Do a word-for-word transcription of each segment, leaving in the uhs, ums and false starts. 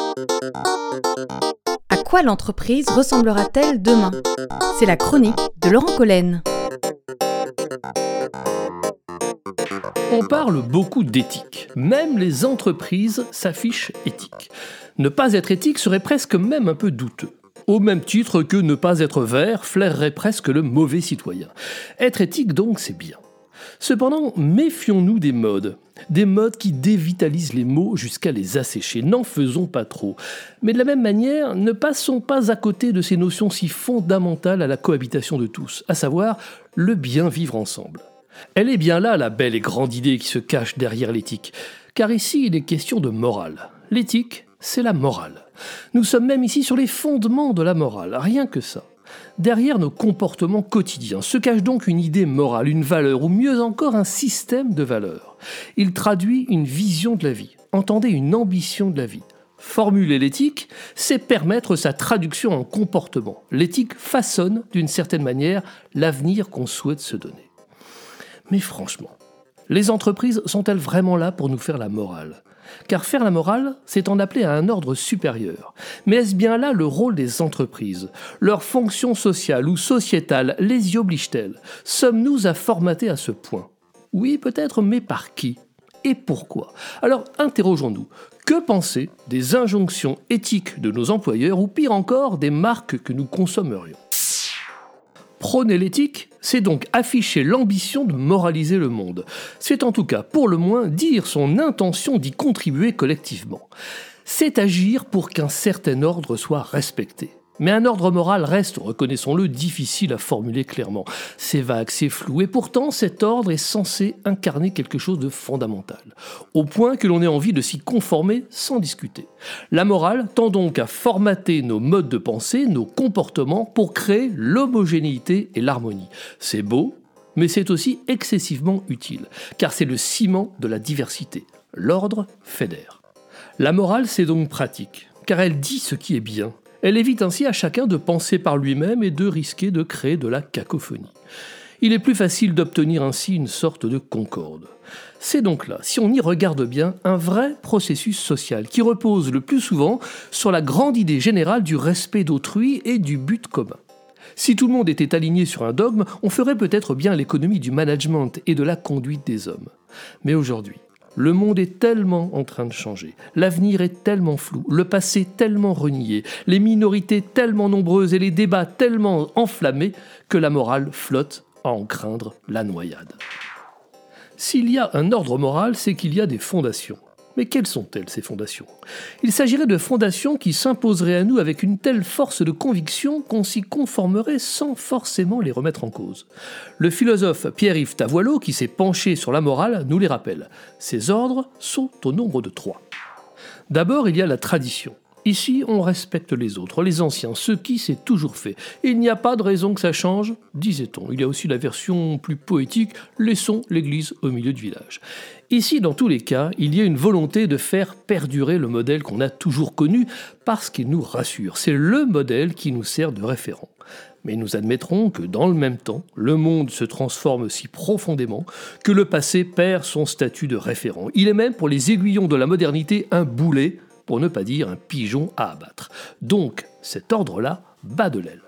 À quoi l'entreprise ressemblera-t-elle demain ? C'est la chronique de Laurent Collen. On parle beaucoup d'éthique. Même les entreprises s'affichent éthiques. Ne pas être éthique serait presque même un peu douteux. Au même titre que ne pas être vert flairerait presque le mauvais citoyen. Être éthique donc, c'est bien. Cependant, méfions-nous des modes. Des modes qui dévitalisent les mots jusqu'à les assécher. N'en faisons pas trop. Mais de la même manière, ne passons pas à côté de ces notions si fondamentales à la cohabitation de tous, à savoir le bien vivre ensemble. Elle est bien là, la belle et grande idée qui se cache derrière l'éthique. Car ici, il est question de morale. L'éthique, c'est la morale. Nous sommes même ici sur les fondements de la morale, rien que ça. Derrière nos comportements quotidiens se cache donc une idée morale, une valeur, ou mieux encore un système de valeurs. Il traduit une vision de la vie, entendez une ambition de la vie. Formuler l'éthique, c'est permettre sa traduction en comportement. L'éthique façonne, d'une certaine manière, l'avenir qu'on souhaite se donner. Mais franchement, les entreprises sont-elles vraiment là pour nous faire la morale ? Car faire la morale, c'est en appeler à un ordre supérieur. Mais est-ce bien là le rôle des entreprises ? Leur fonction sociale ou sociétale les y oblige-t-elle ? Sommes-nous à formater à ce point ? Oui, peut-être, mais par qui ? Et pourquoi ? Alors, interrogeons-nous. Que penser des injonctions éthiques de nos employeurs ou pire encore, des marques que nous consommerions ? Prôner l'éthique, c'est donc afficher l'ambition de moraliser le monde. C'est en tout cas, pour le moins, dire son intention d'y contribuer collectivement. C'est agir pour qu'un certain ordre soit respecté. Mais un ordre moral reste, reconnaissons-le, difficile à formuler clairement. C'est vague, c'est flou, et pourtant cet ordre est censé incarner quelque chose de fondamental, au point que l'on ait envie de s'y conformer sans discuter. La morale tend donc à formater nos modes de pensée, nos comportements, pour créer l'homogénéité et l'harmonie. C'est beau, mais c'est aussi excessivement utile, car c'est le ciment de la diversité. L'ordre fédère. La morale, c'est donc pratique, car elle dit ce qui est bien. Elle évite ainsi à chacun de penser par lui-même et de risquer de créer de la cacophonie. Il est plus facile d'obtenir ainsi une sorte de concorde. C'est donc là, si on y regarde bien, un vrai processus social qui repose le plus souvent sur la grande idée générale du respect d'autrui et du but commun. Si tout le monde était aligné sur un dogme, on ferait peut-être bien l'économie du management et de la conduite des hommes. Mais aujourd'hui, le monde est tellement en train de changer, l'avenir est tellement flou, le passé tellement renié, les minorités tellement nombreuses et les débats tellement enflammés que la morale flotte à en craindre la noyade. S'il y a un ordre moral, c'est qu'il y a des fondations. Mais quelles sont-elles, ces fondations ? Il s'agirait de fondations qui s'imposeraient à nous avec une telle force de conviction qu'on s'y conformerait sans forcément les remettre en cause. Le philosophe Pierre-Yves Tavoilot, qui s'est penché sur la morale, nous les rappelle. Ces ordres sont au nombre de trois. D'abord, il y a la tradition. Ici, on respecte les autres, les anciens, ce qui s'est toujours fait. Il n'y a pas de raison que ça change, disait-on. Il y a aussi la version plus poétique, laissons l'église au milieu du village. Ici, dans tous les cas, il y a une volonté de faire perdurer le modèle qu'on a toujours connu parce qu'il nous rassure. C'est le modèle qui nous sert de référent. Mais nous admettrons que dans le même temps, le monde se transforme si profondément que le passé perd son statut de référent. Il est même pour les aiguillons de la modernité un boulet, pour ne pas dire un pigeon à abattre. Donc, cet ordre-là bat de l'aile.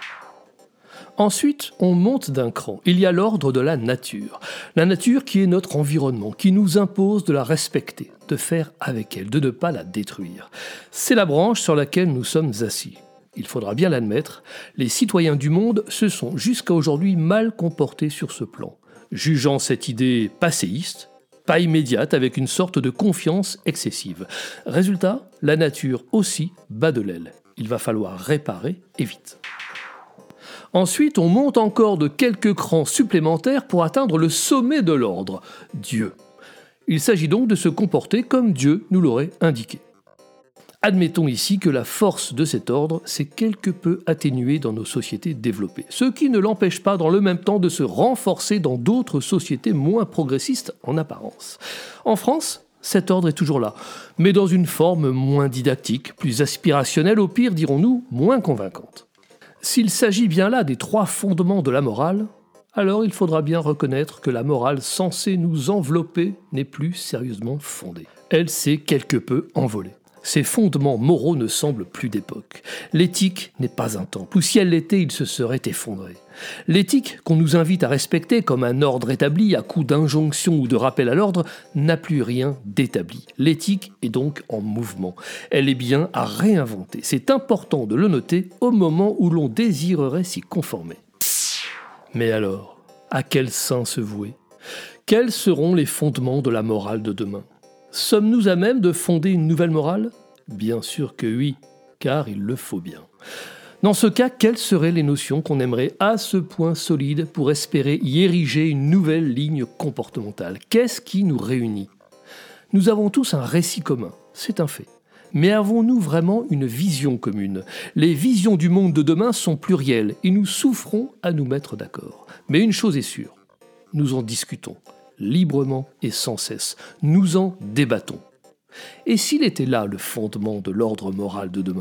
Ensuite, on monte d'un cran. Il y a l'ordre de la nature. La nature qui est notre environnement, qui nous impose de la respecter, de faire avec elle, de ne pas la détruire. C'est la branche sur laquelle nous sommes assis. Il faudra bien l'admettre, les citoyens du monde se sont jusqu'à aujourd'hui mal comportés sur ce plan, jugeant cette idée passéiste, pas immédiate, avec une sorte de confiance excessive. Résultat, la nature aussi bat de l'aile. Il va falloir réparer et vite. Ensuite, on monte encore de quelques crans supplémentaires pour atteindre le sommet de l'ordre, Dieu. Il s'agit donc de se comporter comme Dieu nous l'aurait indiqué. Admettons ici que la force de cet ordre s'est quelque peu atténuée dans nos sociétés développées, ce qui ne l'empêche pas dans le même temps de se renforcer dans d'autres sociétés moins progressistes en apparence. En France, cet ordre est toujours là, mais dans une forme moins didactique, plus aspirationnelle, au pire, dirons-nous, moins convaincante. S'il s'agit bien là des trois fondements de la morale, alors il faudra bien reconnaître que la morale censée nous envelopper n'est plus sérieusement fondée. Elle s'est quelque peu envolée. Ces fondements moraux ne semblent plus d'époque. L'éthique n'est pas un temple, ou si elle l'était, il se serait effondré. L'éthique, qu'on nous invite à respecter comme un ordre établi à coup d'injonction ou de rappel à l'ordre, n'a plus rien d'établi. L'éthique est donc en mouvement. Elle est bien à réinventer. C'est important de le noter au moment où l'on désirerait s'y conformer. Mais alors, à quel saint se vouer ? Quels seront les fondements de la morale de demain ? Sommes-nous à même de fonder une nouvelle morale ? Bien sûr que oui, car il le faut bien. Dans ce cas, quelles seraient les notions qu'on aimerait à ce point solides pour espérer y ériger une nouvelle ligne comportementale ? Qu'est-ce qui nous réunit ? Nous avons tous un récit commun, c'est un fait. Mais avons-nous vraiment une vision commune ? Les visions du monde de demain sont plurielles et nous souffrons à nous mettre d'accord. Mais une chose est sûre, nous en discutons, librement et sans cesse. Nous en débattons. Et s'il était là le fondement de l'ordre moral de demain ?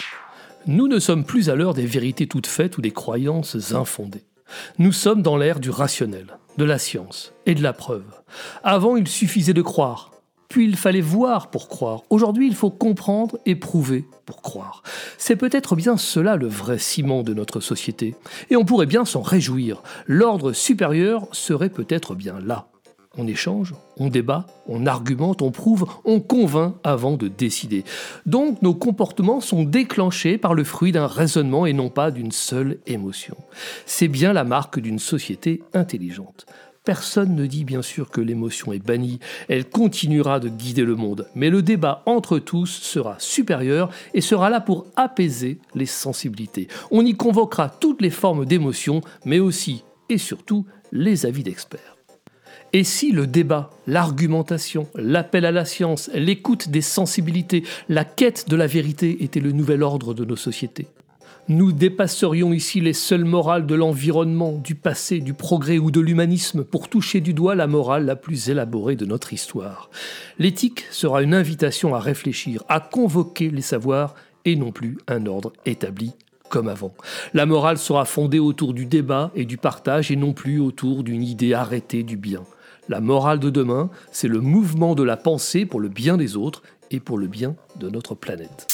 Nous ne sommes plus à l'heure des vérités toutes faites ou des croyances infondées. Nous sommes dans l'ère du rationnel, de la science et de la preuve. Avant, il suffisait de croire. Puis il fallait voir pour croire. Aujourd'hui, il faut comprendre et prouver pour croire. C'est peut-être bien cela le vrai ciment de notre société. Et on pourrait bien s'en réjouir. L'ordre supérieur serait peut-être bien là. On échange, on débat, on argumente, on prouve, on convainc avant de décider. Donc nos comportements sont déclenchés par le fruit d'un raisonnement et non pas d'une seule émotion. C'est bien la marque d'une société intelligente. Personne ne dit bien sûr que l'émotion est bannie, elle continuera de guider le monde, mais le débat entre tous sera supérieur et sera là pour apaiser les sensibilités. On y convoquera toutes les formes d'émotion, mais aussi et surtout les avis d'experts. Et si le débat, l'argumentation, l'appel à la science, l'écoute des sensibilités, la quête de la vérité était le nouvel ordre de nos sociétés ? Nous dépasserions ici les seules morales de l'environnement, du passé, du progrès ou de l'humanisme pour toucher du doigt la morale la plus élaborée de notre histoire. L'éthique sera une invitation à réfléchir, à convoquer les savoirs et non plus un ordre établi comme avant. La morale sera fondée autour du débat et du partage et non plus autour d'une idée arrêtée du bien. La morale de demain, c'est le mouvement de la pensée pour le bien des autres et pour le bien de notre planète.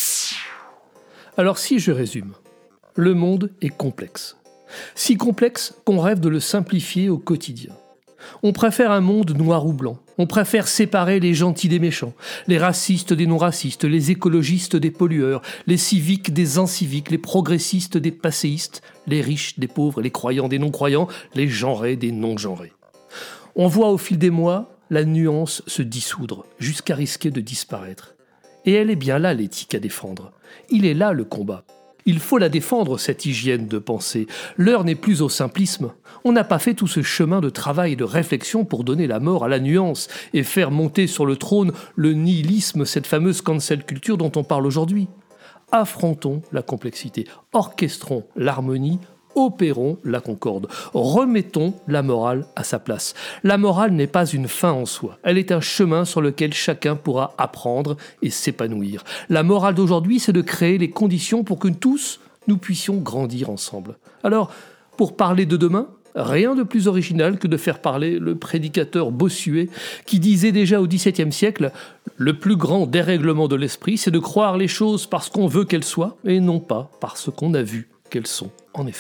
Alors si je résume, le monde est complexe. Si complexe qu'on rêve de le simplifier au quotidien. On préfère un monde noir ou blanc. On préfère séparer les gentils des méchants, les racistes des non-racistes, les écologistes des pollueurs, les civiques des inciviques, les progressistes des passéistes, les riches des pauvres, les croyants des non-croyants, les genrés des non-genrés. On voit au fil des mois la nuance se dissoudre, jusqu'à risquer de disparaître. Et elle est bien là l'éthique à défendre. Il est là le combat. Il faut la défendre, cette hygiène de pensée. L'heure n'est plus au simplisme. On n'a pas fait tout ce chemin de travail et de réflexion pour donner la mort à la nuance et faire monter sur le trône le nihilisme, cette fameuse cancel culture dont on parle aujourd'hui. Affrontons la complexité, orchestrons l'harmonie, opérons la concorde, remettons la morale à sa place. La morale n'est pas une fin en soi, elle est un chemin sur lequel chacun pourra apprendre et s'épanouir. La morale d'aujourd'hui, c'est de créer les conditions pour que tous, nous puissions grandir ensemble. Alors, pour parler de demain, rien de plus original que de faire parler le prédicateur Bossuet qui disait déjà au dix-septième siècle « Le plus grand dérèglement de l'esprit, c'est de croire les choses parce qu'on veut qu'elles soient et non pas parce qu'on a vu qu'elles sont en effet. »